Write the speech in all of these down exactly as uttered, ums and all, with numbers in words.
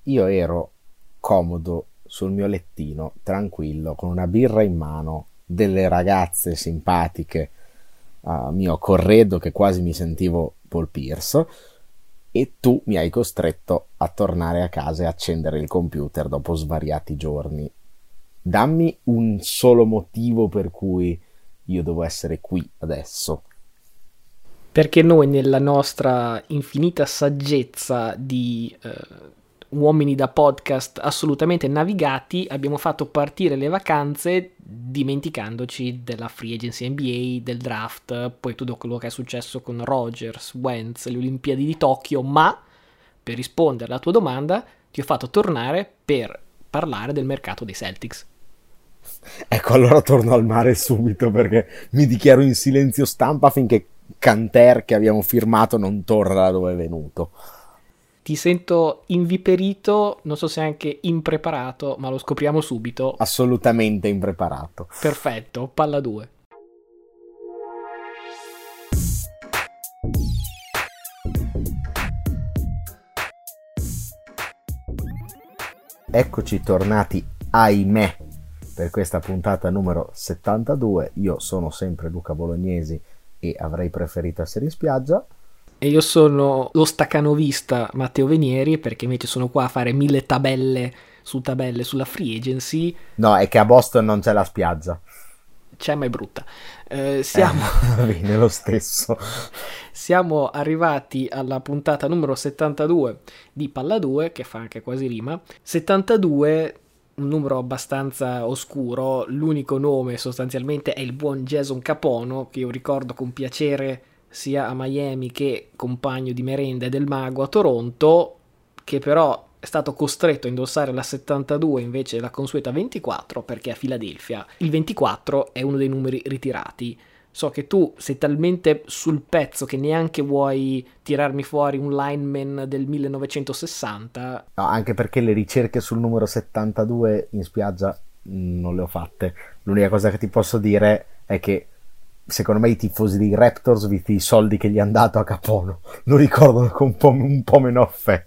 io ero comodo sul mio lettino, tranquillo, con una birra in mano, delle ragazze simpatiche a mio corredo che quasi mi sentivo Paul Pierce, e tu mi hai costretto a tornare a casa e accendere il computer dopo svariati giorni. Dammi un solo motivo per cui io devo essere qui adesso. Perché noi nella nostra infinita saggezza di eh, uomini da podcast assolutamente navigati abbiamo fatto partire le vacanze dimenticandoci della free agency N B A, del draft, poi tutto quello che è successo con Rodgers, Wentz, le Olimpiadi di Tokyo, ma per rispondere alla tua domanda ti ho fatto tornare per parlare del mercato dei Celtics. Ecco, allora torno al mare subito perché mi dichiaro in silenzio stampa finché Canter che abbiamo firmato non torna da dove è venuto. Ti sento inviperito, non so se anche impreparato, ma lo scopriamo subito. Assolutamente impreparato. Perfetto, palla due. Eccoci tornati, ahimè, per questa puntata numero settantadue. Io sono sempre Luca Bolognesi e avrei preferito essere in spiaggia. E io sono lo staccanovista Matteo Venieri, perché invece sono qua a fare mille tabelle su tabelle sulla free agency. No, è che a Boston non c'è la spiaggia. C'è, ma è brutta. Eh, siamo... Eh, bene, lo stesso. Siamo arrivati alla puntata numero settantadue di Palla due, che fa anche quasi rima. settantadue, un numero abbastanza oscuro, l'unico nome sostanzialmente è il buon Jason Capono, che io ricordo con piacere sia a Miami che compagno di merenda del mago a Toronto, che però è stato costretto a indossare la settantadue invece della consueta ventiquattro perché a Filadelfia il ventiquattro è uno dei numeri ritirati. So che tu sei talmente sul pezzo che neanche vuoi tirarmi fuori un lineman del millenovecentosessanta. No, anche perché le ricerche sul numero settantadue in spiaggia non le ho fatte. L'unica cosa che ti posso dire è che secondo me i tifosi dei Raptors, visti i soldi che gli hanno dato a Capono, lo ricordano con un po', un po' meno affetto.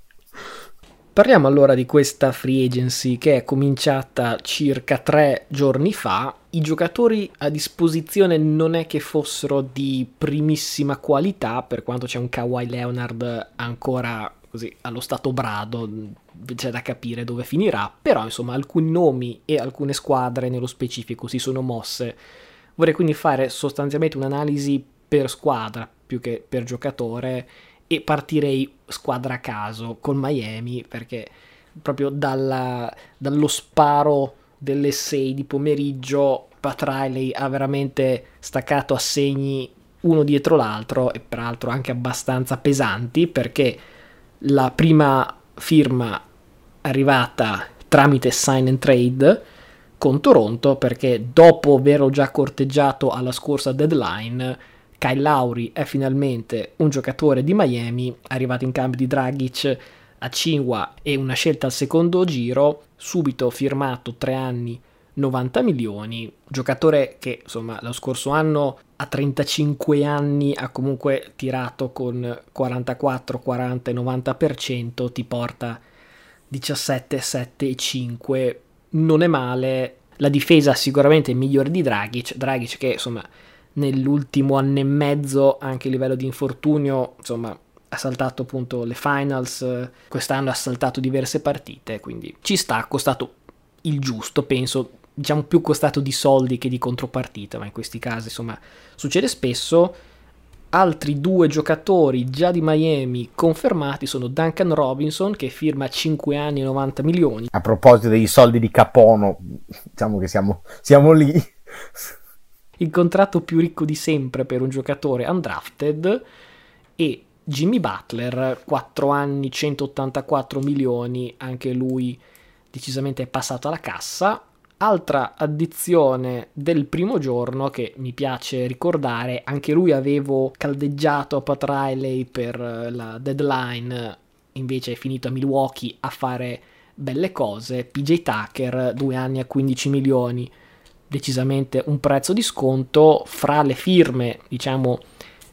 Parliamo allora di questa free agency che è cominciata circa tre giorni fa. I giocatori a disposizione non è che fossero di primissima qualità, per quanto c'è un Kawhi Leonard ancora così allo stato brado, c'è da capire dove finirà, però insomma alcuni nomi e alcune squadre nello specifico si sono mosse. Vorrei quindi fare sostanzialmente un'analisi per squadra più che per giocatore e partirei squadra a caso con Miami, perché proprio dalla, dallo sparo delle sei di pomeriggio Pat Riley ha veramente staccato assegni uno dietro l'altro, e peraltro anche abbastanza pesanti, perché la prima firma arrivata tramite sign and trade con Toronto, perché dopo averlo già corteggiato alla scorsa deadline, Kyle Lowry è finalmente un giocatore di Miami, arrivato in cambio di Dragic a Cinqua e una scelta al secondo giro, subito firmato tre anni, novanta milioni, giocatore che insomma lo scorso anno a trentacinque anni ha comunque tirato con quarantaquattro, quaranta e novanta per cento, ti porta diciassette, sette e cinque, non è male. La difesa sicuramente è migliore di Dragic, Dragic che insomma nell'ultimo anno e mezzo anche a livello di infortunio insomma ha saltato appunto le finals, quest'anno ha saltato diverse partite, quindi ci sta, ha costato il giusto, penso, diciamo più costato di soldi che di contropartita, ma in questi casi insomma succede spesso. Altri due giocatori già di Miami confermati sono Duncan Robinson, che firma cinque anni e novanta milioni. A proposito dei soldi di Capono, diciamo che siamo, siamo lì. Il contratto più ricco di sempre per un giocatore undrafted. E Jimmy Butler, quattro anni, centottantaquattro milioni, anche lui decisamente è passato alla cassa. Altra addizione del primo giorno che mi piace ricordare, anche lui avevo caldeggiato a Pat Riley per la deadline, invece è finito a Milwaukee a fare belle cose. P J Tucker, due anni a quindici milioni, decisamente un prezzo di sconto. Fra le firme, diciamo,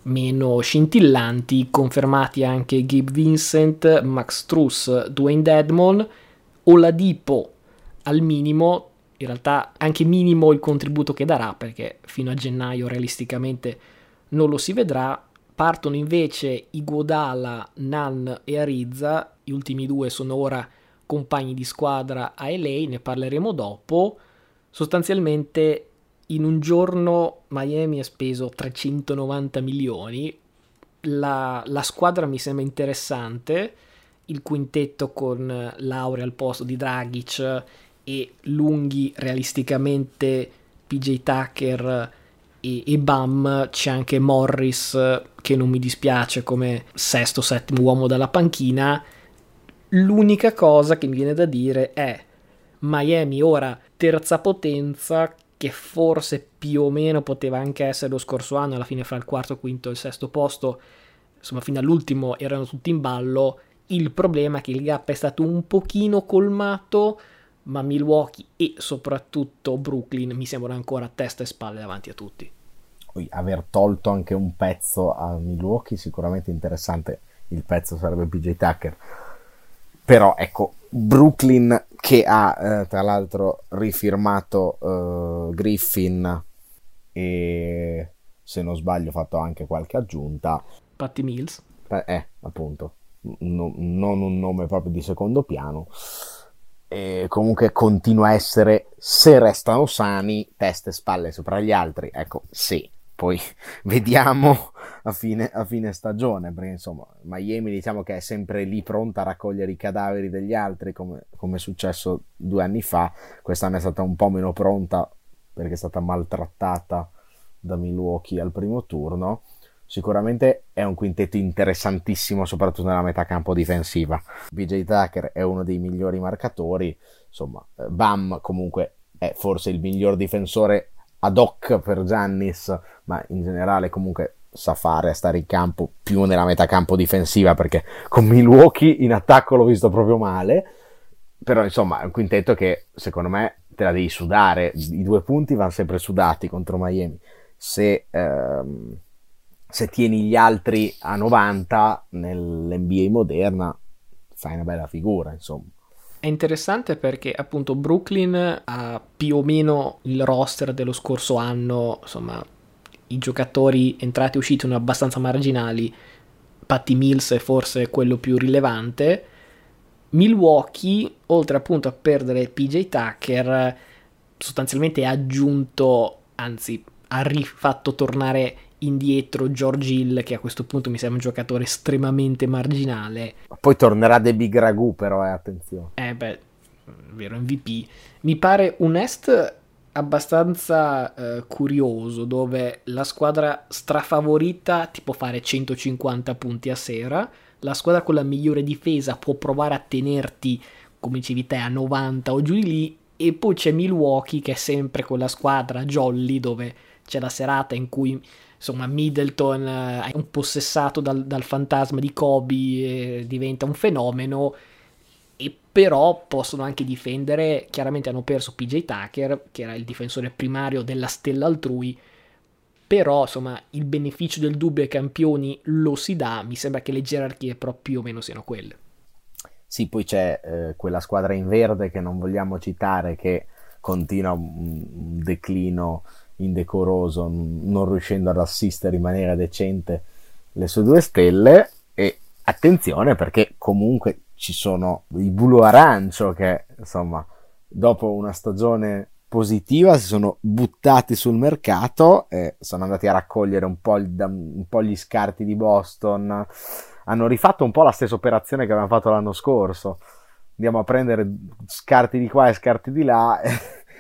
meno scintillanti, confermati anche Gabe Vincent, Max Strus, Dwayne Dedmon, Oladipo al minimo, in realtà anche minimo il contributo che darà, perché fino a gennaio realisticamente non lo si vedrà. Partono invece Iguodala, Nunn e Ariza, gli ultimi due sono ora compagni di squadra a L A, ne parleremo dopo. Sostanzialmente in un giorno Miami ha speso trecentonovanta milioni, la, la squadra mi sembra interessante, il quintetto con Lauri al posto di Dragic e lunghi realisticamente P J Tucker e, e Bam, c'è anche Morris che non mi dispiace come sesto settimo uomo dalla panchina. L'unica cosa che mi viene da dire è Miami ora terza potenza, che forse più o meno poteva anche essere lo scorso anno, alla fine fra il quarto, quinto e il sesto posto, insomma fino all'ultimo erano tutti in ballo. Il problema è che il gap è stato un pochino colmato, ma Milwaukee e soprattutto Brooklyn mi sembrano ancora a testa e spalle davanti a tutti. Aver tolto anche un pezzo a Milwaukee, sicuramente interessante, il pezzo sarebbe P J Tucker, però ecco, Brooklyn che ha eh, tra l'altro rifirmato eh, Griffin e se non sbaglio fatto anche qualche aggiunta, Patty Mills, eh, eh appunto no, non un nome proprio di secondo piano, e comunque continua a essere, se restano sani, teste e spalle sopra gli altri, ecco, sì, poi vediamo a fine, a fine stagione, perché insomma Miami diciamo che è sempre lì pronta a raccogliere i cadaveri degli altri, come, come è successo due anni fa. Quest'anno è stata un po' meno pronta perché è stata maltrattata da Milwaukee al primo turno. Sicuramente è un quintetto interessantissimo, soprattutto nella metà campo difensiva. P J Tucker è uno dei migliori marcatori, insomma Bam comunque è forse il miglior difensore ad hoc per Giannis, ma in generale comunque sa fare a stare in campo più nella metà campo difensiva, perché con Milwaukee in attacco l'ho visto proprio male. Però insomma è un quintetto che secondo me te la devi sudare, i due punti vanno sempre sudati contro Miami. Se ehm, se tieni gli altri a novanta nell'N B A moderna fai una bella figura, insomma. È interessante perché appunto Brooklyn ha più o meno il roster dello scorso anno, insomma i giocatori entrati e usciti sono abbastanza marginali, Patty Mills è forse quello più rilevante. Milwaukee, oltre appunto a perdere P J Tucker, sostanzialmente ha aggiunto, anzi ha rifatto tornare indietro George Hill, che a questo punto mi sembra un giocatore estremamente marginale. Poi tornerà De Big Ragu, però, eh, attenzione. Eh beh, vero M V P. Mi pare un Est abbastanza eh, curioso, dove la squadra strafavorita ti può fare centocinquanta punti a sera, la squadra con la migliore difesa può provare a tenerti, come dicevi te, a novanta o giù di lì, e poi c'è Milwaukee che è sempre quella squadra jolly dove c'è la serata in cui insomma Middleton è un possessato dal, dal fantasma di Kobe e diventa un fenomeno, e però possono anche difendere. Chiaramente hanno perso P J Tucker, che era il difensore primario della stella altrui, però insomma il beneficio del dubbio ai campioni lo si dà. Mi sembra che le gerarchie però più o meno siano quelle. Sì, poi c'è eh, quella squadra in verde che non vogliamo citare, che continua un, un declino indecoroso, non riuscendo ad assistere in maniera decente le sue due stelle. E attenzione, perché comunque ci sono i blu arancio che insomma dopo una stagione positiva si sono buttati sul mercato e sono andati a raccogliere un po', il, un po' gli scarti di Boston. Hanno rifatto un po' la stessa operazione che avevano fatto l'anno scorso: andiamo a prendere scarti di qua e scarti di là e,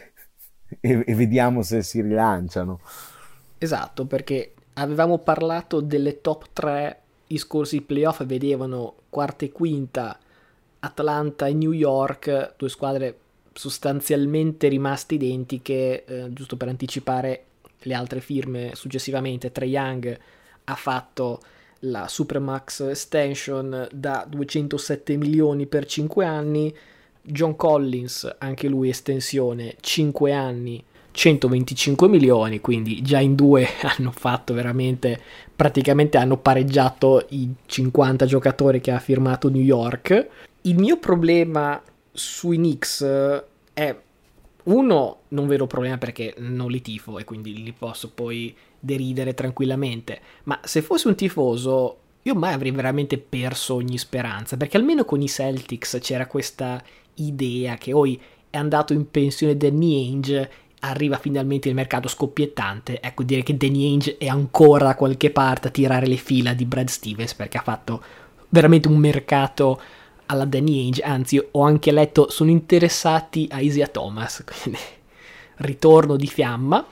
e vediamo se si rilanciano. Esatto, perché avevamo parlato delle top tre, i scorsi playoff vedevano quarta e quinta Atlanta e New York, due squadre sostanzialmente rimaste identiche. Eh, giusto per anticipare le altre firme successivamente, Trae Young ha fatto la Supermax Extension da duecentosette milioni per cinque anni, John Collins anche lui estensione cinque anni centoventicinque milioni, quindi già in due hanno fatto veramente, praticamente hanno pareggiato i cinquanta giocatori che ha firmato New York. Il mio problema sui Knicks è, uno, non vedo problema perché non li tifo e quindi li posso poi deridere tranquillamente, ma se fossi un tifoso io mai avrei veramente perso ogni speranza, perché almeno con i Celtics c'era questa idea che poi è andato in pensione Danny Ainge, arriva finalmente il mercato scoppiettante. Ecco, dire che Danny Ainge è ancora da qualche parte a tirare le fila di Brad Stevens, perché ha fatto veramente un mercato alla Danny Ainge. Anzi, ho anche letto sono interessati a Isaiah Thomas, quindi ritorno di fiamma.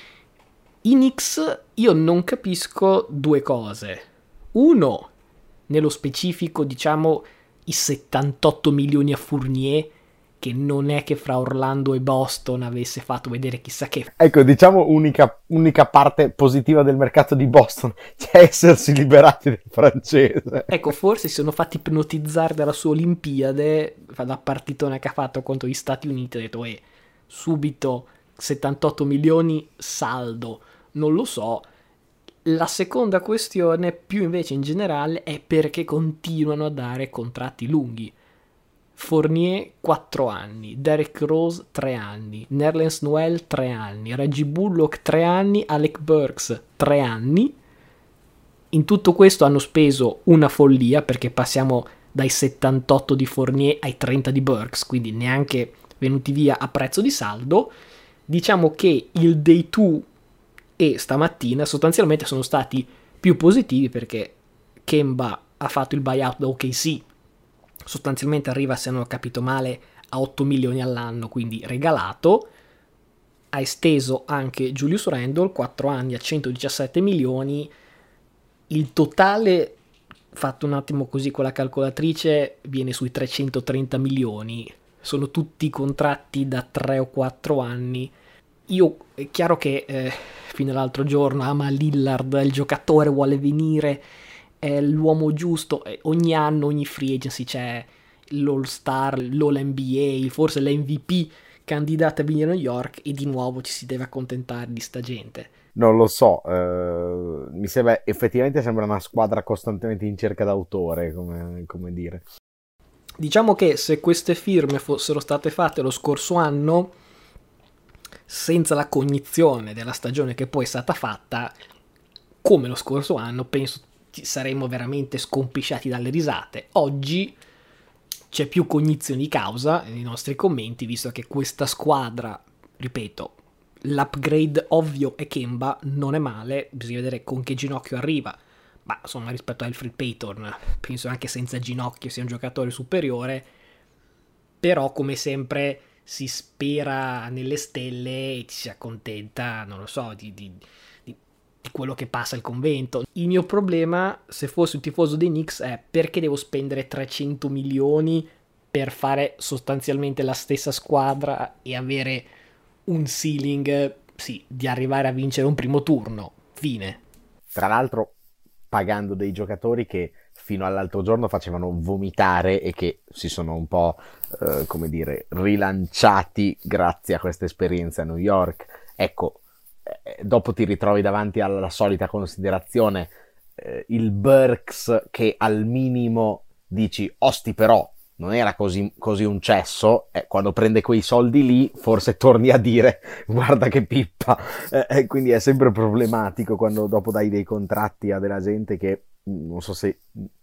I Knicks io non capisco due cose. Uno, nello specifico, diciamo, i settantotto milioni a Fournier, che non è che fra Orlando e Boston avesse fatto vedere chissà che. Ecco, diciamo unica, unica parte positiva del mercato di Boston, cioè essersi liberati del francese. Ecco, forse si sono fatti ipnotizzare dalla sua Olimpiade, la partitona che ha fatto contro gli Stati Uniti, ha detto, eh, subito settantotto milioni saldo, non lo so. La seconda questione, più invece in generale, è perché continuano a dare contratti lunghi. Fournier quattro anni, Derrick Rose tre anni, Nerlens Noel tre anni, Reggie Bullock tre anni, Alec Burks tre anni. In tutto questo hanno speso una follia, perché passiamo dai settantotto di Fournier ai trenta di Burks, quindi neanche venuti via a prezzo di saldo. Diciamo che il day due e stamattina sostanzialmente sono stati più positivi, perché Kemba ha fatto il buyout da O K C, sostanzialmente arriva, se non ho capito male, a otto milioni all'anno, quindi regalato. Ha esteso anche Julius Randle, quattro anni a centodiciassette milioni. Il totale, fatto un attimo così con la calcolatrice, viene sui trecentotrenta milioni. Sono tutti contratti da tre o quattro anni. Io, è chiaro che eh, fino all'altro giorno ama Lillard, il giocatore vuole venire, è l'uomo giusto. Ogni anno, ogni free agency c'è l'All-Star, l'All-N B A, forse l'M V P candidata a venire a New York, e di nuovo ci si deve accontentare di sta gente. Non lo so, eh, mi sembra, effettivamente sembra una squadra costantemente in cerca d'autore, come, come dire. Diciamo che se queste firme fossero state fatte lo scorso anno, senza la cognizione della stagione che poi è stata fatta, come lo scorso anno, penso ci saremmo veramente scompisciati dalle risate. Oggi c'è più cognizione di causa nei nostri commenti, visto che questa squadra, ripeto, l'upgrade ovvio è Kemba, non è male, bisogna vedere con che ginocchio arriva, ma insomma rispetto a Elfrid Payton penso anche senza ginocchio sia un giocatore superiore. Però come sempre si spera nelle stelle e ci si accontenta, non lo so, di, di, di, di quello che passa il convento. Il mio problema, se fossi un tifoso dei Knicks, è perché devo spendere trecento milioni per fare sostanzialmente la stessa squadra e avere un ceiling, sì, di arrivare a vincere un primo turno. Fine. Tra l'altro pagando dei giocatori che fino all'altro giorno facevano vomitare e che si sono un po', eh, come dire, rilanciati grazie a questa esperienza a New York. Ecco, eh, dopo ti ritrovi davanti alla solita considerazione, eh, il Burks che al minimo dici, osti però, non era così, così un cesso, eh, quando prende quei soldi lì forse torni a dire guarda che pippa, eh, eh, quindi è sempre problematico quando dopo dai dei contratti a della gente che non so se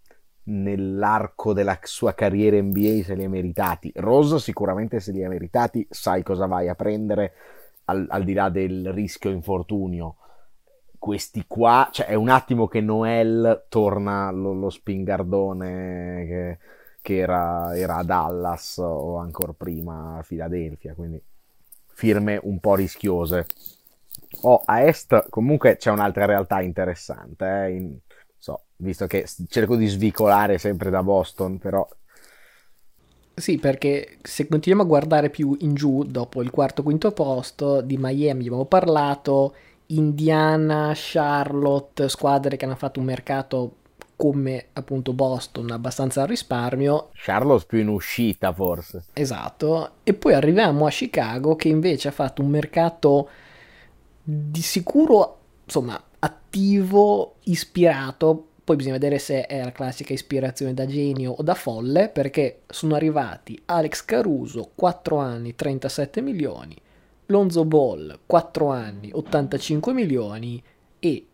nell'arco della sua carriera N B A se li ha meritati. Rose sicuramente se li ha meritati, sai cosa vai a prendere al, al di là del rischio infortunio. Questi qua, cioè è un attimo che Noel torna lo, lo spingardone che che era, era a Dallas o ancora prima a Philadelphia, quindi firme un po' rischiose. Oh, a Est comunque c'è un'altra realtà interessante, eh? In, so, visto che cerco di svicolare sempre da Boston, però... Sì, perché se continuiamo a guardare più in giù, dopo il quarto quinto posto, di Miami abbiamo parlato, Indiana, Charlotte, squadre che hanno fatto un mercato come appunto Boston, abbastanza al risparmio. Charlotte più in uscita forse. Esatto, e poi arriviamo a Chicago che invece ha fatto un mercato di sicuro, insomma, attivo, ispirato. Poi bisogna vedere se è la classica ispirazione da genio o da folle, perché sono arrivati Alex Caruso, quattro anni, trentasette milioni, Lonzo Ball, quattro anni, ottantacinque milioni e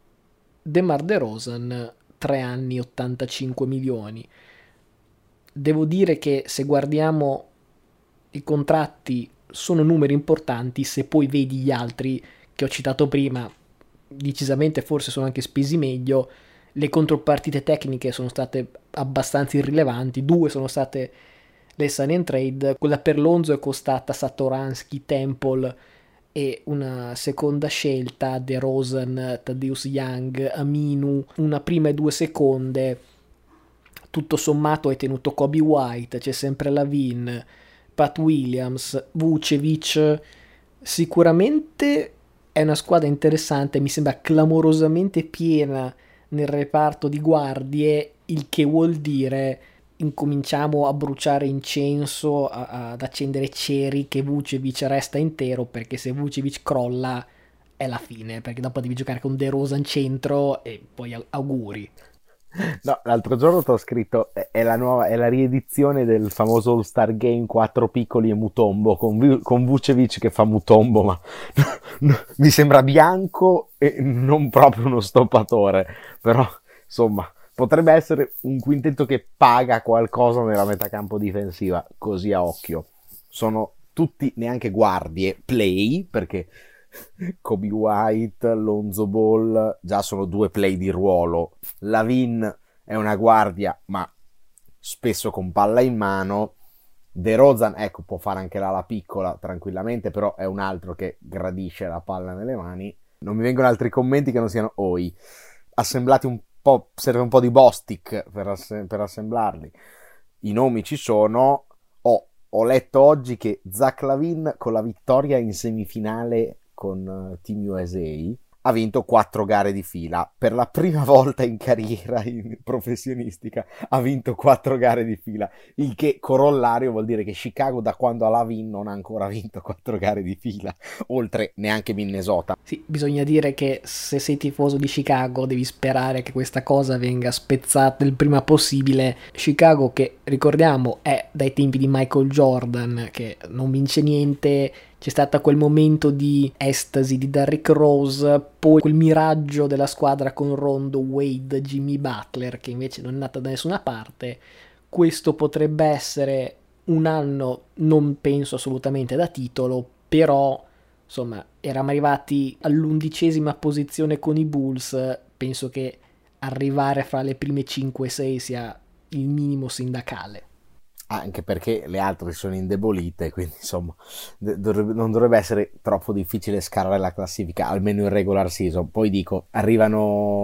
DeMar DeRozan, tre anni, ottantacinque milioni. Devo dire che se guardiamo i contratti sono numeri importanti, se poi vedi gli altri che ho citato prima, decisamente forse sono anche spesi meglio. Le contropartite tecniche sono state abbastanza irrilevanti, due sono state le sign and trade, quella per Lonzo è costata Satoransky, Temple e una seconda scelta, DeRozan, Thaddeus Young, Aminu, una prima e due seconde. Tutto sommato hai tenuto Kobe White, c'è sempre Lavin, Pat Williams, Vucevic. Sicuramente è una squadra interessante, mi sembra clamorosamente piena nel reparto di guardie, il che vuol dire incominciamo a bruciare incenso, a, ad accendere ceri che Vucevic resta intero, perché se Vucevic crolla è la fine, perché dopo devi giocare con DeRozan centro e poi auguri. No, l'altro giorno ti ho scritto è la nuova, è la riedizione del famoso All-Star Game quattro piccoli e Mutombo con, con Vucevic che fa Mutombo, ma no, no, mi sembra bianco e non proprio uno stoppatore, però insomma potrebbe essere un quintetto che paga qualcosa nella metacampo difensiva, così a occhio. Sono tutti neanche guardie, play, perché Kobe White, Lonzo Ball già sono due play di ruolo. Lavin è una guardia ma spesso con palla in mano. DeRozan ecco può fare anche l'ala piccola tranquillamente, però è un altro che gradisce la palla nelle mani. Non mi vengono altri commenti che non siano oi. Assemblati un po', serve un po' di Bostic per, ass- per assemblarli. I nomi ci sono. Oh, ho letto oggi che Zach Lavin con la vittoria in semifinale con Team U S A ha vinto quattro gare di fila. Per la prima volta in carriera in professionistica ha vinto quattro gare di fila, il che corollario vuol dire che Chicago da quando ha Lavin non ha ancora vinto quattro gare di fila, oltre neanche Minnesota. Sì, bisogna dire che se sei tifoso di Chicago devi sperare che questa cosa venga spezzata il prima possibile. Chicago che, ricordiamo, è dai tempi di Michael Jordan, che non vince niente. C'è stato quel momento di estasi di Derrick Rose, poi quel miraggio della squadra con Rondo, Wade, Jimmy Butler, che invece non è andata da nessuna parte. Questo potrebbe essere un anno, non penso assolutamente da titolo, però insomma eravamo arrivati all'undicesima posizione con i Bulls. Penso che arrivare fra le prime cinque sei sia il minimo sindacale. Anche perché le altre sono indebolite, quindi insomma dovrebbe, non dovrebbe essere troppo difficile scalare la classifica, almeno in regular season. Poi dico, arrivano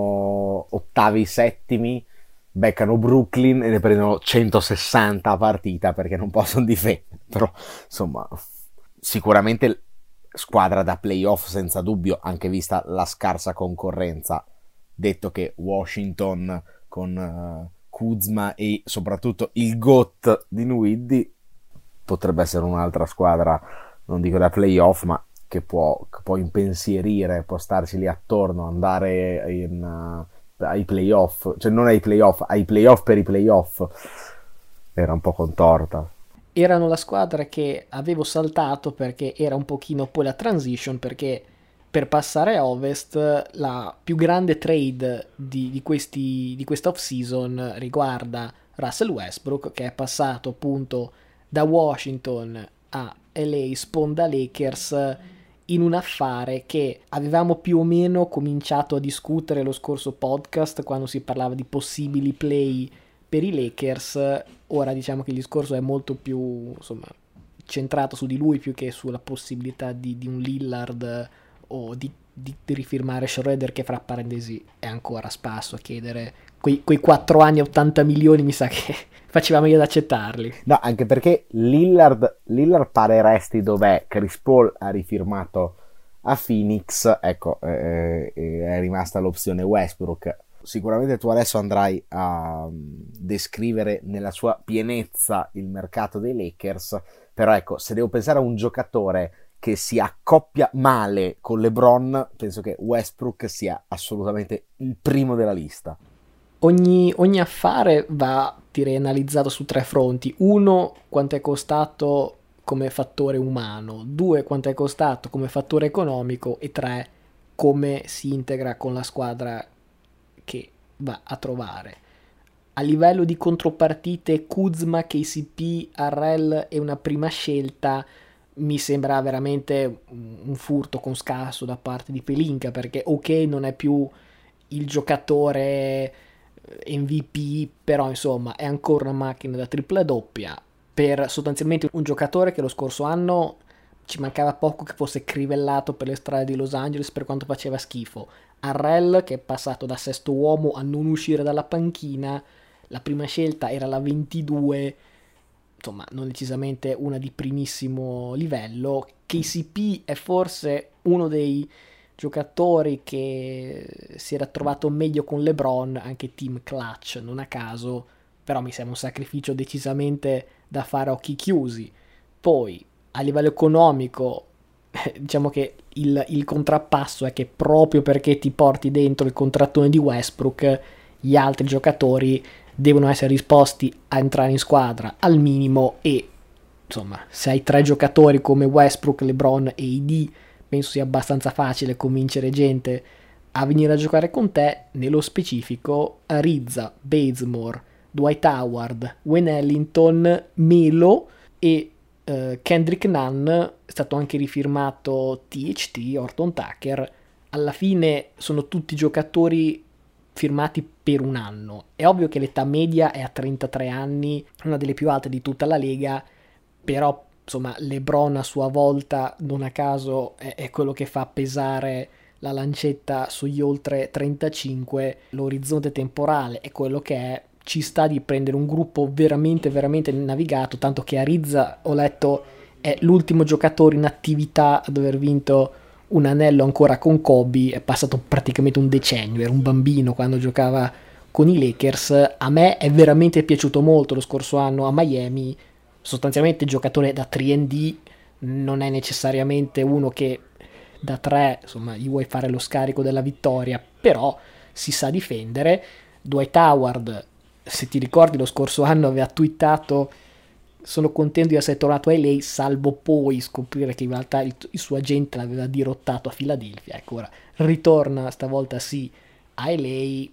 ottavi, settimi, beccano Brooklyn e ne prendono centosessanta a partita perché non possono difendere, però insomma sicuramente squadra da playoff senza dubbio, anche vista la scarsa concorrenza. Detto che Washington con... Uh, Kuzma e soprattutto il GOAT di Nwidi potrebbe essere un'altra squadra, non dico da playoff, ma che può, che può impensierire, può starci lì attorno, andare in, uh, ai playoff, cioè non ai playoff, ai playoff per i playoff. Era un po' contorta. Erano la squadra che avevo saltato perché era un pochino poi la transition, perché per passare a Ovest la più grande trade di, di, questi, di questa off-season riguarda Russell Westbrook, che è passato appunto da Washington a L A sponda Lakers in un affare che avevamo più o meno cominciato a discutere lo scorso podcast quando si parlava di possibili play per i Lakers. Ora diciamo che il discorso è molto più insomma centrato su di lui più che sulla possibilità di, di un Lillard o di, di, di rifirmare Schroeder, che fra parentesi è ancora a spasso a chiedere quei, quei quattro anni e ottanta milioni. Mi sa che faceva meglio ad accettarli. No, anche perché Lillard, Lillard pare resti dov'è. Chris Paul ha rifirmato a Phoenix, ecco, eh, è rimasta l'opzione Westbrook. Sicuramente tu adesso andrai a descrivere nella sua pienezza il mercato dei Lakers, però ecco, se devo pensare a un giocatore che si accoppia male con LeBron, penso che Westbrook sia assolutamente il primo della lista. Ogni, ogni affare va, direi, analizzato su tre fronti. Uno, quanto è costato come fattore umano. Due, quanto è costato come fattore economico. E tre, come si integra con la squadra che va a trovare. A livello di contropartite, Kuzma, K C P, Harrell e una prima scelta mi sembra veramente un furto con scasso da parte di Pelinka, perché ok, non è più il giocatore M V P, però insomma è ancora una macchina da tripla doppia per sostanzialmente un giocatore che lo scorso anno ci mancava poco che fosse crivellato per le strade di Los Angeles per quanto faceva schifo. Harrell, che è passato da sesto uomo a non uscire dalla panchina, la prima scelta era la ventidue, insomma non decisamente una di primissimo livello. K C P è forse uno dei giocatori che si era trovato meglio con LeBron, anche team clutch non a caso, però mi sembra un sacrificio decisamente da fare a occhi chiusi. Poi a livello economico diciamo che il, il contrappasso è che proprio perché ti porti dentro il contrattone di Westbrook, gli altri giocatori devono essere disposti a entrare in squadra al minimo, e insomma se hai tre giocatori come Westbrook, LeBron e A D, penso sia abbastanza facile convincere gente a venire a giocare con te. Nello specifico Ariza, Bazemore, Dwight Howard, Wayne Ellington, Melo e uh, Kendrick Nunn, è stato anche rifirmato T H T, Horton Tucker. Alla fine sono tutti giocatori firmati per un anno. È ovvio che l'età media è a trentatré anni, una delle più alte di tutta la Lega, però insomma LeBron a sua volta non a caso è, è quello che fa pesare la lancetta sugli oltre trentacinque. L'orizzonte temporale è quello che è, ci sta di prendere un gruppo veramente veramente navigato, tanto che Ariza, ho letto, è l'ultimo giocatore in attività ad aver vinto un anello ancora con Kobe. È passato praticamente un decennio, era un bambino quando giocava con i Lakers. A me è veramente piaciuto molto lo scorso anno a Miami, sostanzialmente giocatore da tre and D, non è necessariamente uno che da tre insomma gli vuoi fare lo scarico della vittoria, però si sa difendere. Dwight Howard, se ti ricordi, lo scorso anno aveva twittato: sono contento di essere tornato a L A, salvo poi scoprire che in realtà il, il suo agente l'aveva dirottato a Filadelfia. Ecco, ora ritorna stavolta sì a L A.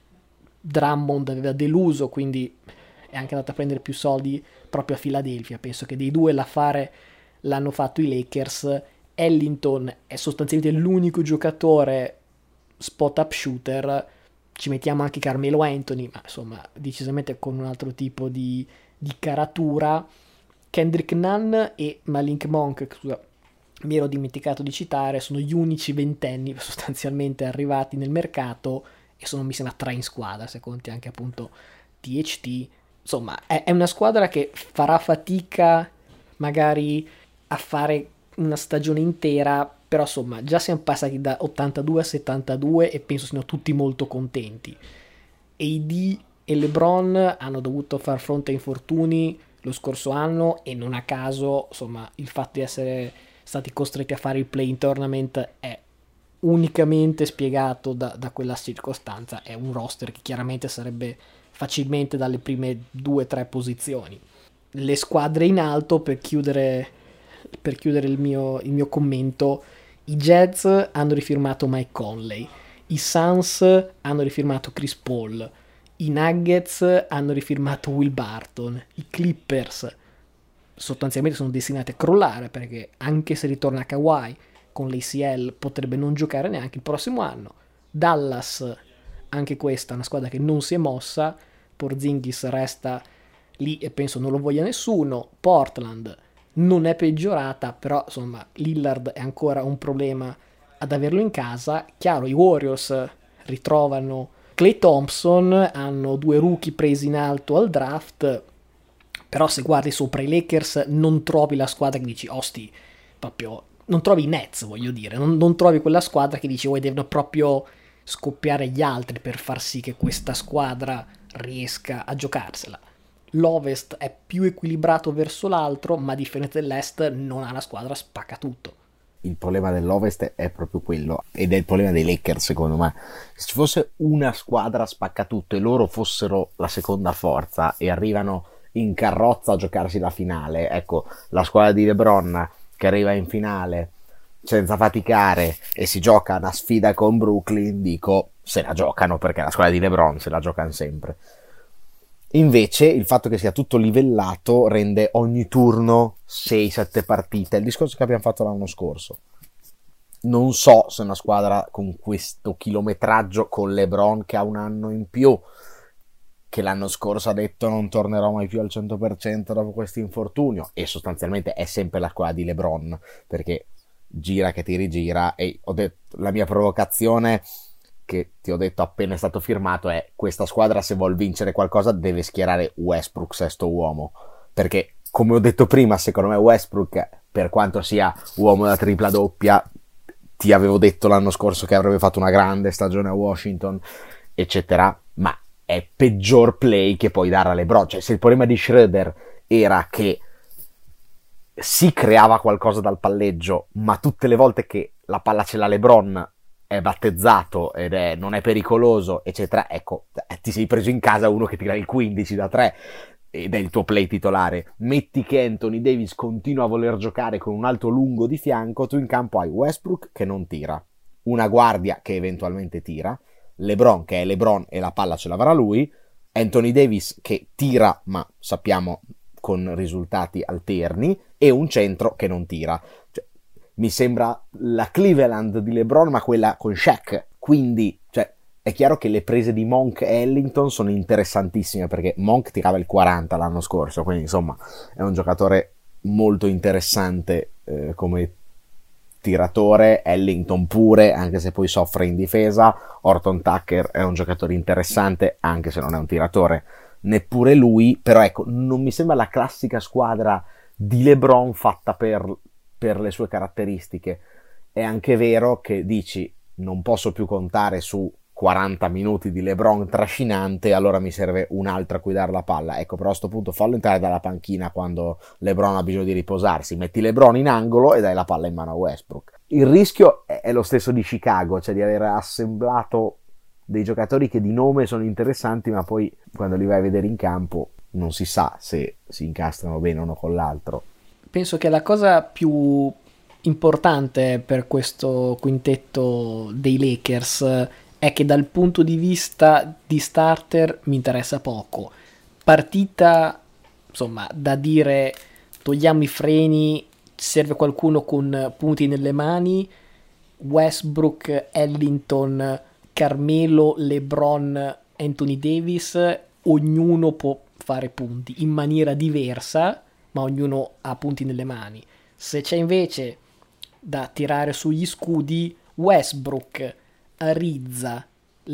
Drummond aveva deluso, quindi è anche andato a prendere più soldi proprio a Filadelfia. Penso che dei due l'affare l'hanno fatto i Lakers. Ellington è sostanzialmente l'unico giocatore spot up shooter, ci mettiamo anche Carmelo Anthony, ma insomma decisamente con un altro tipo di, di caratura. Kendrick Nunn e Malik Monk, scusa, mi ero dimenticato di citare, sono gli unici ventenni sostanzialmente arrivati nel mercato, e sono mi sembra tre in squadra, se conti anche appunto T H T. Insomma è, è una squadra che farà fatica magari a fare una stagione intera, però insomma già siamo passati da ottantadue a settantadue e penso siano tutti molto contenti. A D e LeBron hanno dovuto far fronte a infortuni lo scorso anno, e non a caso insomma il fatto di essere stati costretti a fare il play-in tournament è unicamente spiegato da, da quella circostanza. È un roster che chiaramente sarebbe facilmente dalle prime due o tre posizioni. Le squadre in alto, per chiudere per chiudere il mio, il mio commento: i Jazz hanno rifirmato Mike Conley, i Suns hanno rifirmato Chris Paul, i Nuggets hanno rifirmato Will Barton, i Clippers sostanzialmente sono destinati a crollare, perché anche se ritorna Kawhi con l'A C L potrebbe non giocare neanche il prossimo anno. Dallas, anche questa è una squadra che non si è mossa, Porzingis resta lì e penso non lo voglia nessuno. Portland non è peggiorata, però insomma Lillard è ancora un problema ad averlo in casa. Chiaro, i Warriors ritrovano Klay Thompson, hanno due rookie presi in alto al draft, però se guardi sopra i Lakers non trovi la squadra che dici osti, proprio non trovi i Nets, voglio dire, non, non trovi quella squadra che dici oh, devono proprio scoppiare gli altri per far sì che questa squadra riesca a giocarsela. L'Ovest è più equilibrato verso l'altro, ma a differenza dell'Est non ha la squadra spacca tutto. Il problema dell'Ovest è proprio quello, ed è il problema dei Lakers secondo me. Se ci fosse una squadra spacca tutto e loro fossero la seconda forza e arrivano in carrozza a giocarsi la finale, ecco, la squadra di LeBron che arriva in finale senza faticare e si gioca una sfida con Brooklyn, dico se la giocano, perché la squadra di LeBron se la giocano sempre. Invece il fatto che sia tutto livellato rende ogni turno sei sette partite, il discorso che abbiamo fatto l'anno scorso. Non so se una squadra con questo chilometraggio, con LeBron che ha un anno in più, che l'anno scorso ha detto non tornerò mai più al cento per cento dopo questo infortunio, e sostanzialmente è sempre la squadra di LeBron, perché gira che ti rigira, e ho detto, la mia provocazione che ti ho detto appena è stato firmato è: questa squadra se vuol vincere qualcosa deve schierare Westbrook sesto uomo, perché come ho detto prima, secondo me Westbrook, per quanto sia uomo da tripla doppia, ti avevo detto l'anno scorso che avrebbe fatto una grande stagione a Washington eccetera, ma è peggior play che puoi dare a LeBron. Cioè, se il problema di Schroeder era che si creava qualcosa dal palleggio, ma tutte le volte che la palla ce l'ha LeBron è battezzato ed è, non è pericoloso eccetera, ecco, ti sei preso in casa uno che tira il quindici da tre ed è il tuo play titolare. Metti che Anthony Davis continua a voler giocare con un altro lungo di fianco, tu in campo hai Westbrook che non tira, una guardia che eventualmente tira, LeBron che è LeBron e la palla ce l'avrà lui, Anthony Davis che tira ma sappiamo con risultati alterni, e un centro che non tira. Cioè, mi sembra la Cleveland di LeBron ma quella con Shaq. Quindi, cioè, è chiaro che le prese di Monk e Ellington sono interessantissime, perché Monk tirava il quaranta l'anno scorso, quindi insomma è un giocatore molto interessante eh, come tiratore. Ellington pure, anche se poi soffre in difesa. Horton Tucker è un giocatore interessante, anche se non è un tiratore neppure lui, però ecco, non mi sembra la classica squadra di LeBron fatta per, per le sue caratteristiche. È anche vero che dici non posso più contare su quaranta minuti di LeBron trascinante, allora mi serve un altro a cui dare la palla. Ecco, però a sto punto fallo entrare dalla panchina quando LeBron ha bisogno di riposarsi, metti LeBron in angolo e dai la palla in mano a Westbrook. Il rischio è lo stesso di Chicago, cioè di aver assemblato dei giocatori che di nome sono interessanti, ma poi quando li vai a vedere in campo non si sa se si incastrano bene uno con l'altro. Penso che la cosa più importante per questo quintetto dei Lakers è che dal punto di vista di starter mi interessa poco. Partita, insomma, da dire togliamo i freni, serve qualcuno con punti nelle mani, Westbrook, Ellington, Carmelo, LeBron, Anthony Davis, ognuno può fare punti in maniera diversa, ma ognuno ha punti nelle mani. Se c'è invece da tirare sugli scudi, Westbrook, Arizza,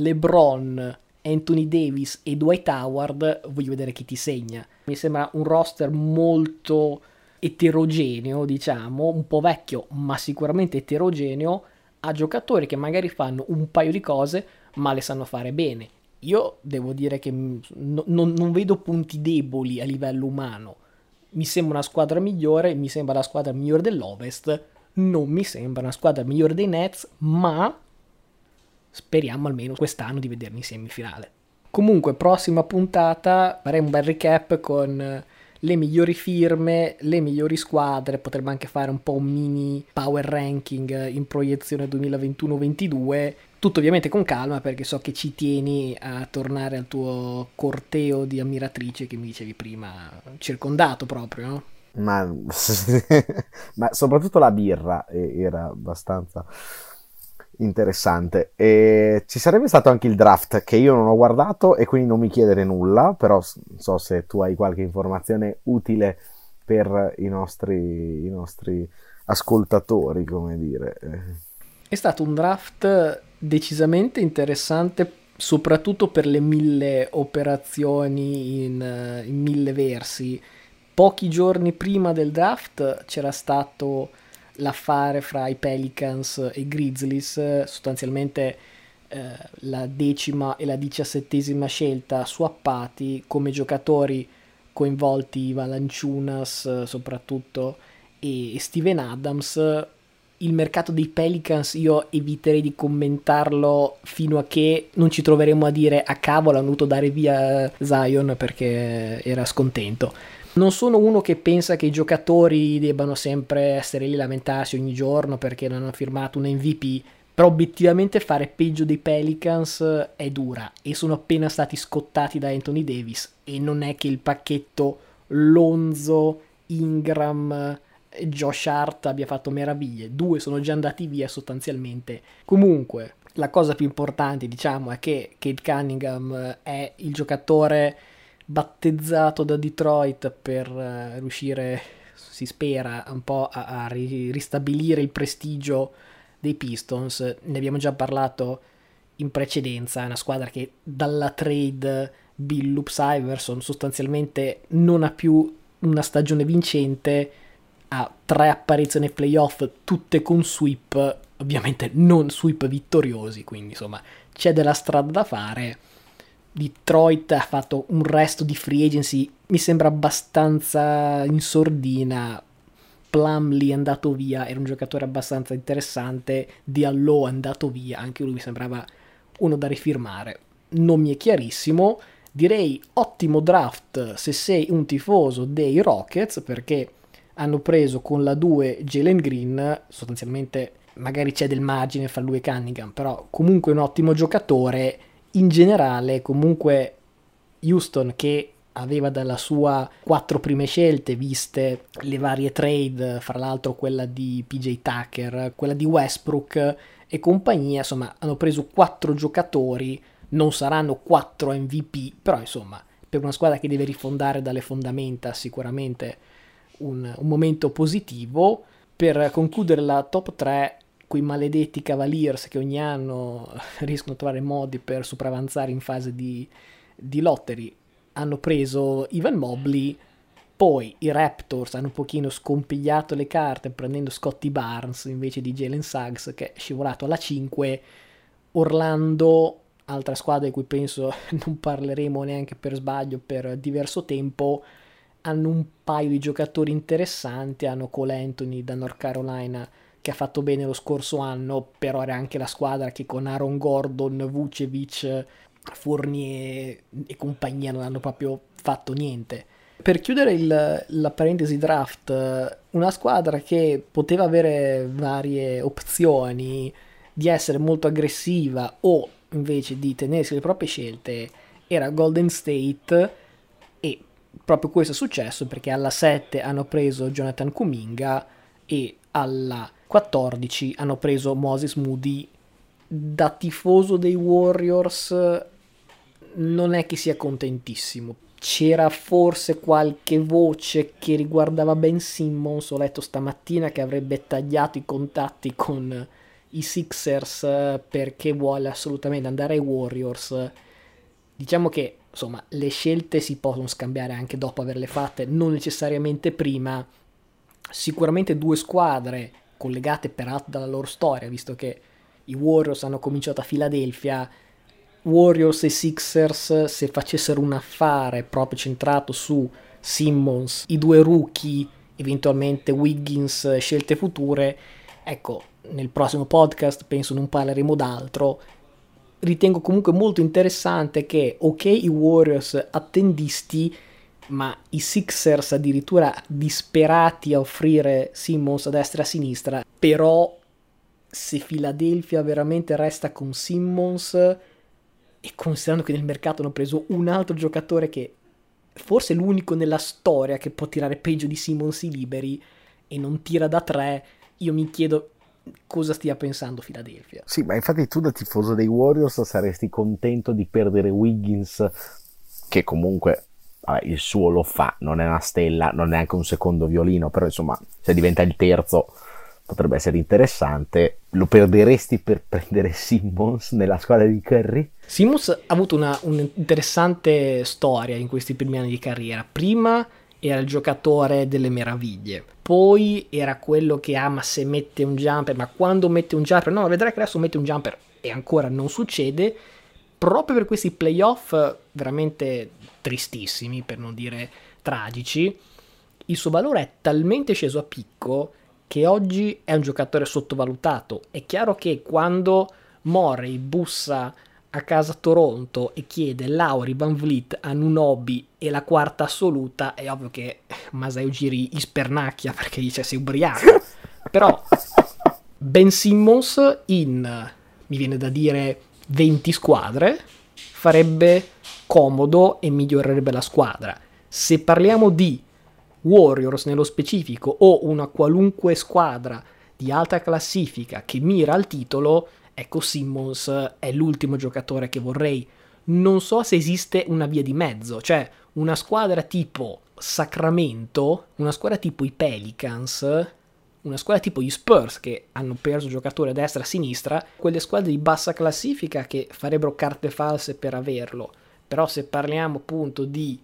LeBron, Anthony Davis e Dwight Howard, voglio vedere chi ti segna. Mi sembra un roster molto eterogeneo, diciamo, un po' vecchio, ma sicuramente eterogeneo, a giocatori che magari fanno un paio di cose, ma le sanno fare bene. Io devo dire che no, non, non vedo punti deboli a livello umano. Mi sembra una squadra migliore, mi sembra la squadra migliore dell'Ovest, non mi sembra una squadra migliore dei Nets, ma speriamo almeno quest'anno di vederli in semifinale. Comunque, prossima puntata faremo un bel recap con le migliori firme, le migliori squadre, potremmo anche fare un po' un mini power ranking in proiezione duemilaventuno ventidue, tutto ovviamente con calma, perché so che ci tieni a tornare al tuo corteo di ammiratrice che mi dicevi prima, circondato proprio, no? Ma, ma soprattutto la birra era abbastanza interessante. E ci sarebbe stato anche il draft che io non ho guardato e quindi non mi chiedere nulla, però non so se tu hai qualche informazione utile per i nostri, i nostri ascoltatori, come dire. È stato un draft decisamente interessante, soprattutto per le mille operazioni in, in mille versi. Pochi giorni prima del draft c'era stato l'affare fra i Pelicans e i Grizzlies, sostanzialmente eh, la decima e la diciassettesima scelta swappati, come giocatori coinvolti Valanciunas soprattutto e Steven Adams. Il mercato dei Pelicans io eviterei di commentarlo fino a che non ci troveremo a dire a cavolo hanno dovuto dare via Zion perché era scontento. Non sono uno che pensa che i giocatori debbano sempre essere lì a lamentarsi ogni giorno perché non hanno firmato un M V P, però obiettivamente fare peggio dei Pelicans è dura e sono appena stati scottati da Anthony Davis e non è che il pacchetto Lonzo, Ingram, Josh Hart abbia fatto meraviglie, due sono già andati via sostanzialmente. Comunque la cosa più importante diciamo è che Cade Cunningham è il giocatore battezzato da Detroit per uh, riuscire, si spera, un po' a, a ri- ristabilire il prestigio dei Pistons. Ne abbiamo già parlato in precedenza, è una squadra che dalla trade Billups-Iverson sostanzialmente non ha più una stagione vincente, ha tre apparizioni ai playoff tutte con sweep, ovviamente non sweep vittoriosi, quindi insomma c'è della strada da fare. Detroit ha fatto un resto di free agency, mi sembra abbastanza in sordina. Plumlee è andato via, era un giocatore abbastanza interessante, Diallo è andato via, anche lui mi sembrava uno da rifirmare. Non mi è chiarissimo, direi ottimo draft se sei un tifoso dei Rockets, perché hanno preso con la due Jalen Green, sostanzialmente magari c'è del margine fra lui e Cunningham, però comunque un ottimo giocatore. In generale comunque Houston, che aveva dalla sua quattro prime scelte viste le varie trade, fra l'altro quella di P J Tucker, quella di Westbrook e compagnia, insomma hanno preso quattro giocatori, non saranno quattro M V P, però insomma per una squadra che deve rifondare dalle fondamenta sicuramente un, un momento positivo. Per concludere la top tre, quei maledetti Cavaliers che ogni anno riescono a trovare modi per sopravanzare in fase di, di lottery, hanno preso Evan Mobley. Poi i Raptors hanno un pochino scompigliato le carte prendendo Scottie Barnes invece di Jalen Suggs, che è scivolato alla cinque. Orlando, altra squadra di cui penso non parleremo neanche per sbaglio per diverso tempo, hanno un paio di giocatori interessanti, hanno Cole Anthony da North Carolina che ha fatto bene lo scorso anno, però era anche la squadra che con Aaron Gordon, Vucevic, Fournier e compagnia non hanno proprio fatto niente. Per chiudere il, la parentesi draft, una squadra che poteva avere varie opzioni di essere molto aggressiva o invece di tenersi le proprie scelte era Golden State, e proprio questo è successo perché alla sette hanno preso Jonathan Kuminga e alla quattordici hanno preso Moses Moody. Da tifoso dei Warriors non è che sia contentissimo. C'era forse qualche voce che riguardava Ben Simmons, ho letto stamattina che avrebbe tagliato i contatti con i Sixers perché vuole assolutamente andare ai Warriors. Diciamo che insomma le scelte si possono scambiare anche dopo averle fatte, non necessariamente prima. Sicuramente due squadre collegate peraltro dalla loro storia, visto che i Warriors hanno cominciato a Filadelfia. Warriors e Sixers, se facessero un affare proprio centrato su Simmons, i due rookie, eventualmente Wiggins, scelte future, ecco, nel prossimo podcast penso non parleremo d'altro. Ritengo comunque molto interessante che, ok, i Warriors attendisti, ma i Sixers addirittura disperati a offrire Simmons a destra e a sinistra. Però se Philadelphia veramente resta con Simmons, e considerando che nel mercato hanno preso un altro giocatore che forse è l'unico nella storia che può tirare peggio di Simmons i liberi e non tira da tre, io mi chiedo cosa stia pensando Philadelphia. Sì, ma infatti tu da tifoso dei Warriors saresti contento di perdere Wiggins, che comunque vabbè, il suo lo fa, non è una stella, non è neanche un secondo violino, però insomma se diventa il terzo potrebbe essere interessante. Lo perderesti per prendere Simmons nella squadra di Curry? Simmons ha avuto una un'interessante storia in questi primi anni di carriera. Prima era il giocatore delle meraviglie, poi era quello che ama se mette un jumper, ma quando mette un jumper, no, vedrai che adesso mette un jumper e ancora non succede, proprio per questi playoff veramente tristissimi, per non dire tragici. Il suo valore è talmente sceso a picco che oggi è un giocatore sottovalutato. È chiaro che quando Morey bussa a casa Toronto e chiede Lauri, Van Vliet, Anunoby e la quarta assoluta, è ovvio che Masai Ujiri ispernacchia perché dice sei ubriaco. Però Ben Simmons in, mi viene da dire, venti squadre farebbe comodo e migliorerebbe la squadra. Se parliamo di Warriors nello specifico o una qualunque squadra di alta classifica che mira al titolo, ecco, Simmons è l'ultimo giocatore che vorrei. Non so se esiste una via di mezzo, cioè una squadra tipo Sacramento, una squadra tipo i Pelicans, una squadra tipo gli Spurs che hanno perso giocatori a destra e a sinistra, quelle squadre di bassa classifica che farebbero carte false per averlo. Però se parliamo appunto di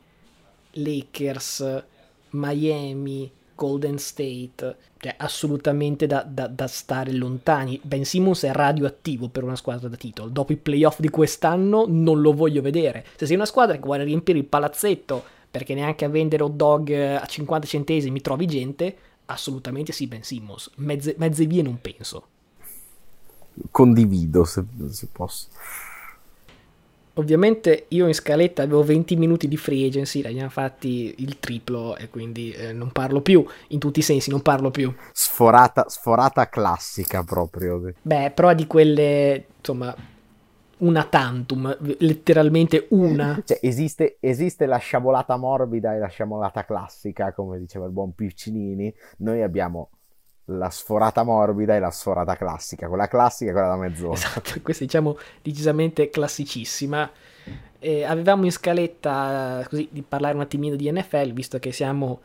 Lakers, Miami, Golden State, cioè assolutamente da, da, da stare lontani. Ben Simmons è radioattivo per una squadra da titolo. Dopo i playoff di quest'anno non lo voglio vedere. Se sei una squadra che vuole riempire il palazzetto perché neanche a vendere hot dog a cinquanta centesimi trovi gente, assolutamente sì Ben Simmons. Mezze, mezze vie non penso. Condivido se, se posso. Ovviamente io in scaletta avevo venti minuti di free agency, ne abbiamo fatti il triplo e quindi eh, non parlo più, in tutti i sensi non parlo più. Sforata, sforata classica proprio. Beh, però di quelle, insomma, una tantum, letteralmente una. Cioè esiste, esiste la sciabolata morbida e la sciabolata classica, come diceva il buon Piccinini. Noi abbiamo la sforata morbida e la sforata classica, quella classica e quella da mezz'ora. Esatto, questa diciamo decisamente classicissima. Eh, avevamo in scaletta così di parlare un attimino di N F L, visto che siamo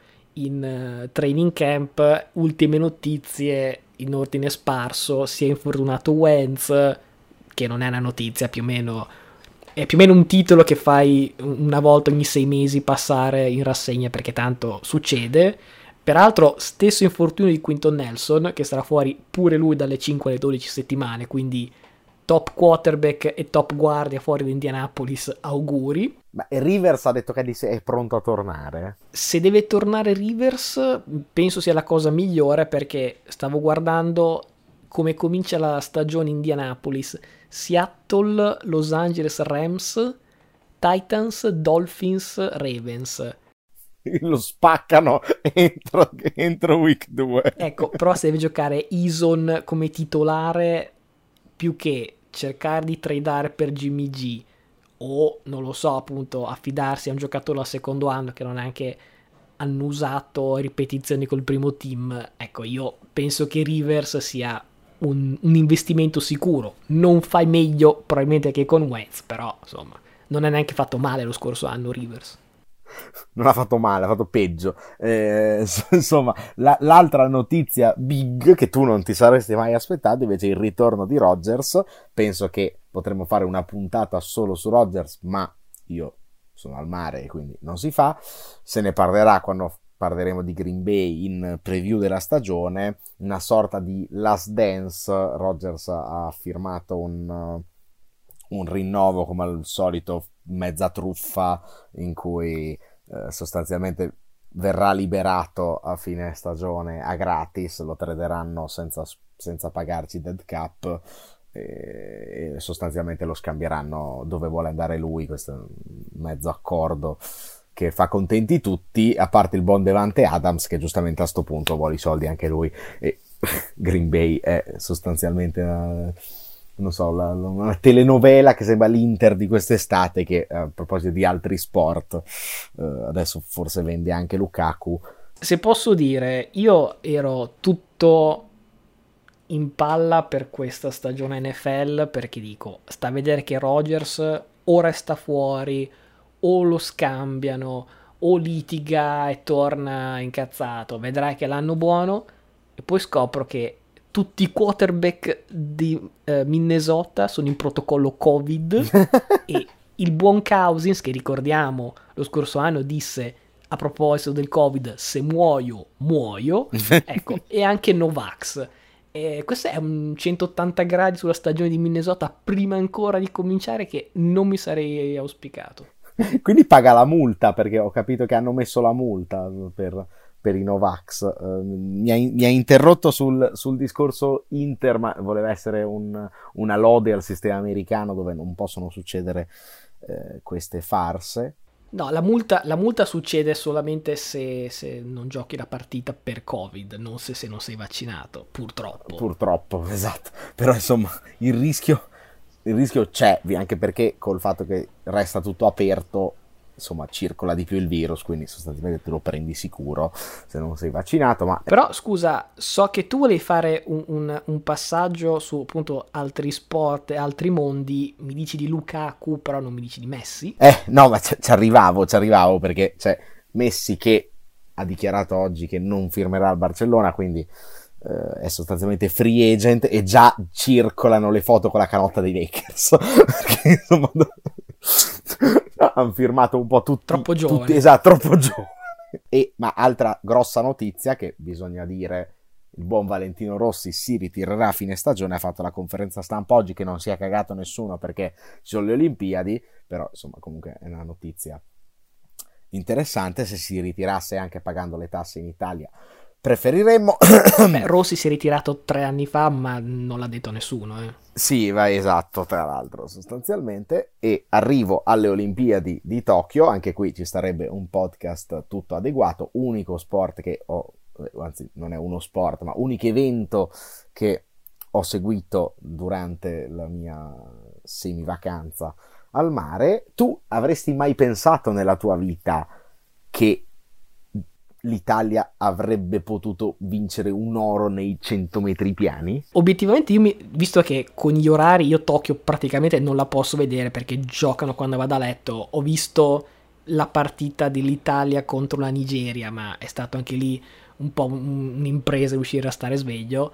in uh, training camp, ultime notizie in ordine sparso. Si è infortunato Wentz, che non è una notizia, più o meno è più o meno un titolo che fai una volta ogni sei mesi passare in rassegna perché tanto succede. Peraltro, stesso infortunio di Quinton Nelson, che sarà fuori pure lui dalle cinque alle dodici settimane, quindi top quarterback e top guardia fuori da Indianapolis, auguri. Ma Rivers ha detto che è pronto a tornare. Se deve tornare Rivers, penso sia la cosa migliore, perché stavo guardando come comincia la stagione Indianapolis. Seattle, Los Angeles Rams, Titans, Dolphins, Ravens. Lo spaccano entro, entro week due. Ecco, però se deve giocare Eason come titolare, più che cercare di tradare per Jimmy G o, non lo so, appunto affidarsi a un giocatore al secondo anno che non è anche annusato ripetizioni col primo team, ecco, io penso che Rivers sia un, un investimento sicuro. Non fai meglio probabilmente che con Wentz, però insomma non è neanche fatto male lo scorso anno Rivers. Non ha fatto male, ha fatto peggio. Eh, insomma, la, l'altra notizia big che tu non ti saresti mai aspettato invece è il ritorno di Rodgers. Penso che potremmo fare una puntata solo su Rodgers, ma io sono al mare e quindi non si fa. Se ne parlerà quando parleremo di Green Bay in preview della stagione, una sorta di last dance. Rodgers ha firmato un, un rinnovo come al solito mezza truffa in cui eh, sostanzialmente verrà liberato a fine stagione a gratis, lo traderanno senza, senza pagarci dead cap e, e sostanzialmente lo scambieranno dove vuole andare lui. Questo è un mezzo accordo che fa contenti tutti, a parte il buon Devante Adams che giustamente a sto punto vuole i soldi anche lui, e Green Bay è sostanzialmente una, non so, la, una telenovela che sembra l'Inter di quest'estate, che a proposito di altri sport eh, adesso forse vende anche Lukaku. Se posso dire, io ero tutto in palla per questa stagione N F L, perché dico, sta a vedere che Rodgers o resta fuori o lo scambiano o litiga e torna incazzato, vedrai che l'anno buono, e poi scopro che tutti i quarterback di eh, Minnesota sono in protocollo Covid e il buon Cousins, che ricordiamo lo scorso anno disse a proposito del Covid, se muoio muoio, ecco, e anche Novax. E questo è un centottanta gradi sulla stagione di Minnesota prima ancora di cominciare che non mi sarei auspicato. Quindi paga la multa, perché ho capito che hanno messo la multa per, per i Novax. Uh, mi, ha, mi ha interrotto sul, sul discorso Inter, ma voleva essere un, una lode al sistema americano dove non possono succedere uh, queste farse. No, la multa, la multa succede solamente se, se non giochi la partita per Covid, non se, se non sei vaccinato, purtroppo. Purtroppo, esatto. Però insomma, il rischio... Il rischio c'è, anche perché col fatto che resta tutto aperto, insomma, circola di più il virus, quindi sostanzialmente te lo prendi sicuro se non sei vaccinato. Ma... Però, scusa, so che tu volevi fare un, un, un passaggio su, appunto, altri sport e altri mondi. Mi dici di Lukaku, però non mi dici di Messi? Eh, no, ma ci arrivavo, ci arrivavo, perché c'è Messi che ha dichiarato oggi che non firmerà al Barcellona, quindi... Uh, è sostanzialmente free agent e già circolano le foto con la canotta dei Lakers perché insomma hanno firmato un po' tutti, troppo giovane tutti, esatto, troppo giovane. E, ma altra grossa notizia che bisogna dire, il buon Valentino Rossi si ritirerà a fine stagione, ha fatto la conferenza stampa oggi, che non si è cagato nessuno perché ci sono le Olimpiadi, però insomma comunque è una notizia interessante. Se si ritirasse anche pagando le tasse in Italia preferiremmo. Beh, Rossi si è ritirato tre anni fa, ma non l'ha detto nessuno, eh. Sì, va, esatto, tra l'altro, sostanzialmente. E arrivo alle Olimpiadi di Tokyo, anche qui ci starebbe un podcast tutto adeguato, unico sport che ho, anzi non è uno sport, ma unico evento che ho seguito durante la mia semivacanza al mare. Tu avresti mai pensato nella tua vita che l'Italia avrebbe potuto vincere un oro nei cento metri piani? Obiettivamente io mi, visto che con gli orari io Tokyo praticamente non la posso vedere perché giocano quando vado a letto, ho visto la partita dell'Italia contro la Nigeria, ma è stato anche lì un po' un'impresa riuscire a stare sveglio,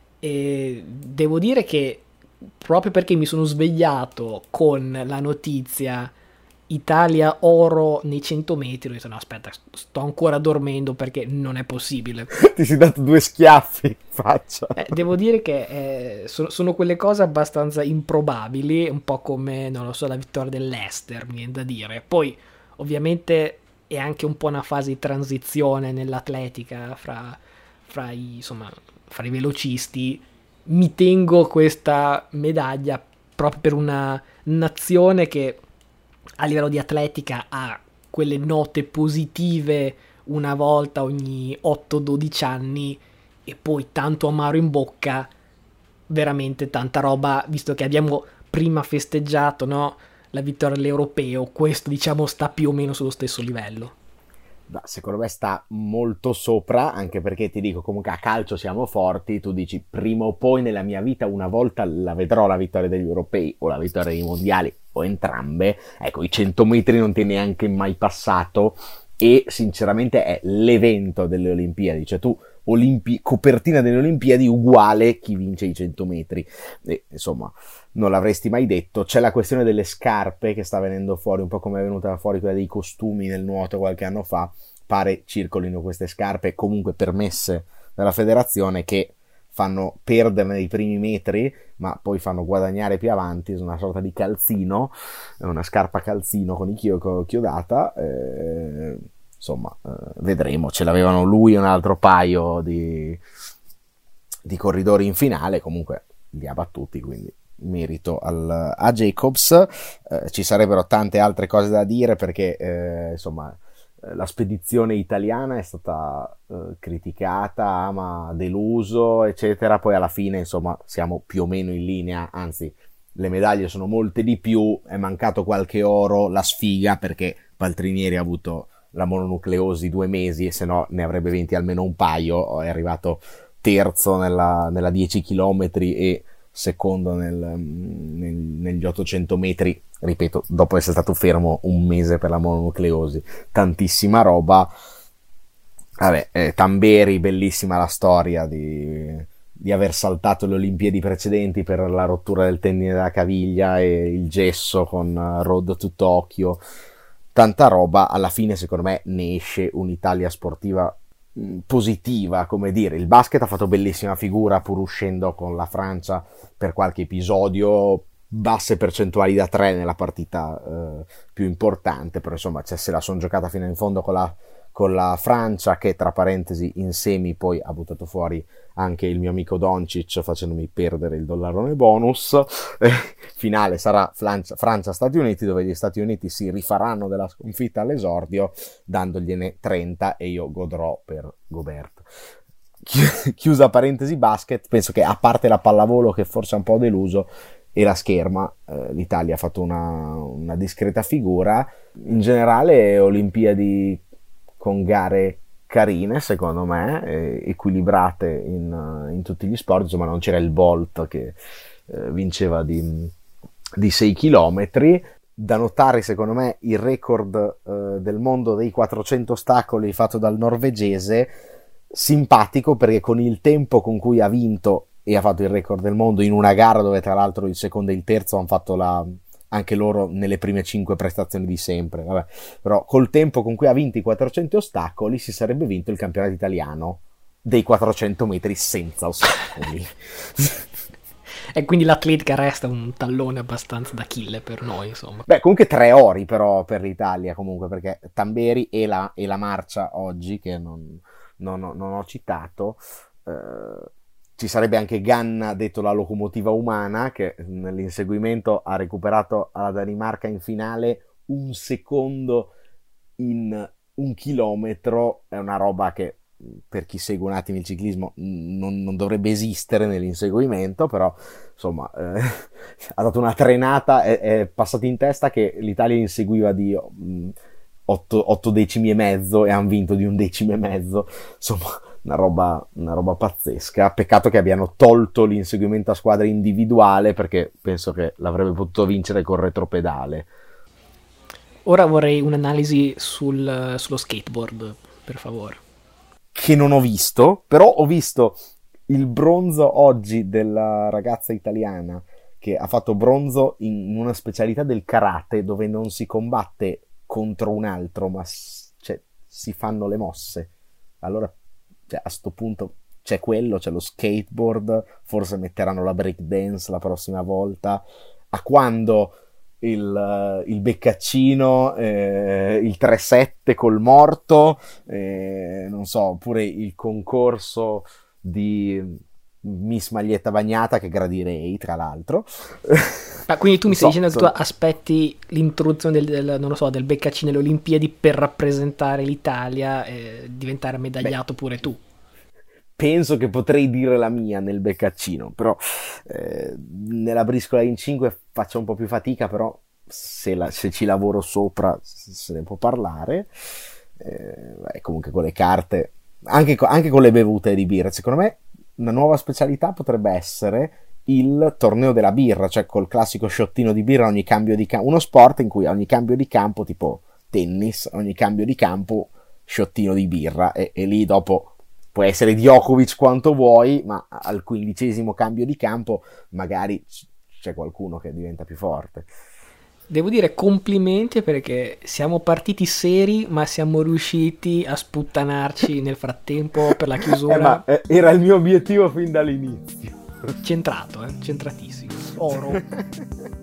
e devo dire che proprio perché mi sono svegliato con la notizia Italia oro nei cento metri, ho detto no aspetta, sto ancora dormendo perché non è possibile. Ti sei dato due schiaffi in faccia. Eh, devo dire che eh, sono, sono quelle cose abbastanza improbabili, un po' come, non lo so, la vittoria dell'Ester, mi viene da dire. Poi ovviamente è anche un po' una fase di transizione nell'atletica fra, fra, i, insomma, fra i velocisti. Mi tengo questa medaglia proprio per una nazione che a livello di atletica ha quelle note positive una volta ogni otto dodici anni e poi tanto amaro in bocca, veramente tanta roba, visto che abbiamo prima festeggiato, no, la vittoria dell'Europeo. Questo diciamo sta più o meno sullo stesso livello. No, secondo me sta molto sopra, anche perché ti dico, comunque a calcio siamo forti, tu dici prima o poi nella mia vita una volta la vedrò la vittoria degli europei o la vittoria dei mondiali o entrambe. Ecco, i cento metri non ti è neanche mai passato e sinceramente è l'evento delle Olimpiadi, cioè tu Olimpi- copertina delle Olimpiadi uguale chi vince i cento metri, e, insomma non l'avresti mai detto. C'è la questione delle scarpe che sta venendo fuori, un po' come è venuta fuori quella dei costumi nel nuoto qualche anno fa. Pare circolino queste scarpe comunque permesse dalla federazione che fanno perdere nei primi metri ma poi fanno guadagnare più avanti, sono una sorta di calzino, una scarpa calzino con il chiodata. eh, Insomma, eh, vedremo. Ce l'avevano lui e un altro paio di, di corridori in finale. Comunque li ha battuti, quindi merito al, a Jacobs. Eh, ci sarebbero tante altre cose da dire perché, eh, insomma, eh, la spedizione italiana è stata eh, criticata, ma deluso, eccetera. Poi alla fine, insomma, siamo più o meno in linea, anzi, le medaglie sono molte di più. È mancato qualche oro, la sfiga, perché Paltrinieri ha avuto la mononucleosi due mesi e se no ne avrebbe venti almeno un paio. È arrivato terzo nella, nella dieci chilometri e secondo nel, nel, negli ottocento metri, ripeto, dopo essere stato fermo un mese per la mononucleosi. Tantissima roba. Vabbè, eh, Tamberi, bellissima la storia di, di aver saltato le Olimpiadi precedenti per la rottura del tendine della caviglia e il gesso con Road to Tokyo. Tanta roba. Alla fine secondo me ne esce un'Italia sportiva mh, positiva, come dire. Il basket ha fatto bellissima figura pur uscendo con la Francia per qualche episodio, basse percentuali da tre nella partita eh, più importante, però insomma cioè, se la sono giocata fino in fondo con la, con la Francia, che tra parentesi in semi poi ha buttato fuori anche il mio amico Doncic facendomi perdere il dollarone bonus. Eh, finale sarà Francia, Francia-Stati Uniti, dove gli Stati Uniti si rifaranno della sconfitta all'esordio dandogliene trenta e io godrò per Gobert. Chiusa parentesi basket, penso che a parte la pallavolo che forse è un po' deluso e la scherma, eh, l'Italia ha fatto una, una discreta figura. In generale Olimpiadi con gare carine secondo me, eh, equilibrate in, in tutti gli sport, insomma non c'era il Bolt che eh, vinceva di, di sei chilometri. Da notare secondo me il record eh, del mondo dei quattrocento ostacoli fatto dal norvegese, simpatico perché con il tempo con cui ha vinto e ha fatto il record del mondo in una gara dove tra l'altro il secondo e il terzo hanno fatto la, anche loro nelle prime cinque prestazioni di sempre, vabbè. Però col tempo con cui ha vinto i quattrocento ostacoli si sarebbe vinto il campionato italiano dei quattrocento metri senza ostacoli. E quindi l'atletica resta un tallone abbastanza d'Achille per noi, insomma. Beh, comunque tre ori però per l'Italia comunque, perché Tamberi e la, e la marcia oggi, che non, non, non ho citato, eh, ci sarebbe anche Ganna, detto la locomotiva umana, che nell'inseguimento ha recuperato alla Danimarca in finale un secondo in un chilometro. È una roba che per chi segue un attimo il ciclismo non, non dovrebbe esistere nell'inseguimento, però insomma eh, ha dato una trenata, è, è passato in testa che l'Italia inseguiva di mh, otto, otto decimi e mezzo e hanno vinto di un decimo e mezzo, insomma una roba, una roba pazzesca. Peccato che abbiano tolto l'inseguimento a squadra individuale, perché penso che l'avrebbe potuto vincere col retropedale. Ora vorrei un'analisi sul, sullo skateboard, per favore. Che non ho visto, però ho visto il bronzo oggi della ragazza italiana che ha fatto bronzo in una specialità del karate dove non si combatte contro un altro, ma cioè, si fanno le mosse. Allora, cioè, a sto punto c'è quello, c'è lo skateboard, forse metteranno la breakdance la prossima volta. A quando il, il beccaccino, eh, il tre sette col morto, eh, non so, oppure il concorso di Miss Maglietta Bagnata, che gradirei tra l'altro. Ah, quindi tu mi stai so, dicendo sono... che tu aspetti l'introduzione del, del, non lo so, del beccaccino alle Olimpiadi per rappresentare l'Italia e diventare medagliato Beh, pure tu? Penso che potrei dire la mia nel beccaccino, però eh, nella briscola in cinque faccio un po' più fatica, però se, la, se ci lavoro sopra se ne può parlare. Eh, beh, comunque con le carte, anche, anche con le bevute di birra, secondo me una nuova specialità potrebbe essere il torneo della birra, cioè col classico sciottino di birra ogni cambio di campo, uno sport in cui ogni cambio di campo, tipo tennis, ogni cambio di campo sciottino di birra, e, e lì dopo puoi essere Djokovic quanto vuoi, ma al quindicesimo cambio di campo magari c'è qualcuno che diventa più forte. Devo dire complimenti, perché siamo partiti seri ma siamo riusciti a sputtanarci nel frattempo per la chiusura. Eh, ma eh, era il mio obiettivo fin dall'inizio. Centrato, eh? Centratissimo. Oro.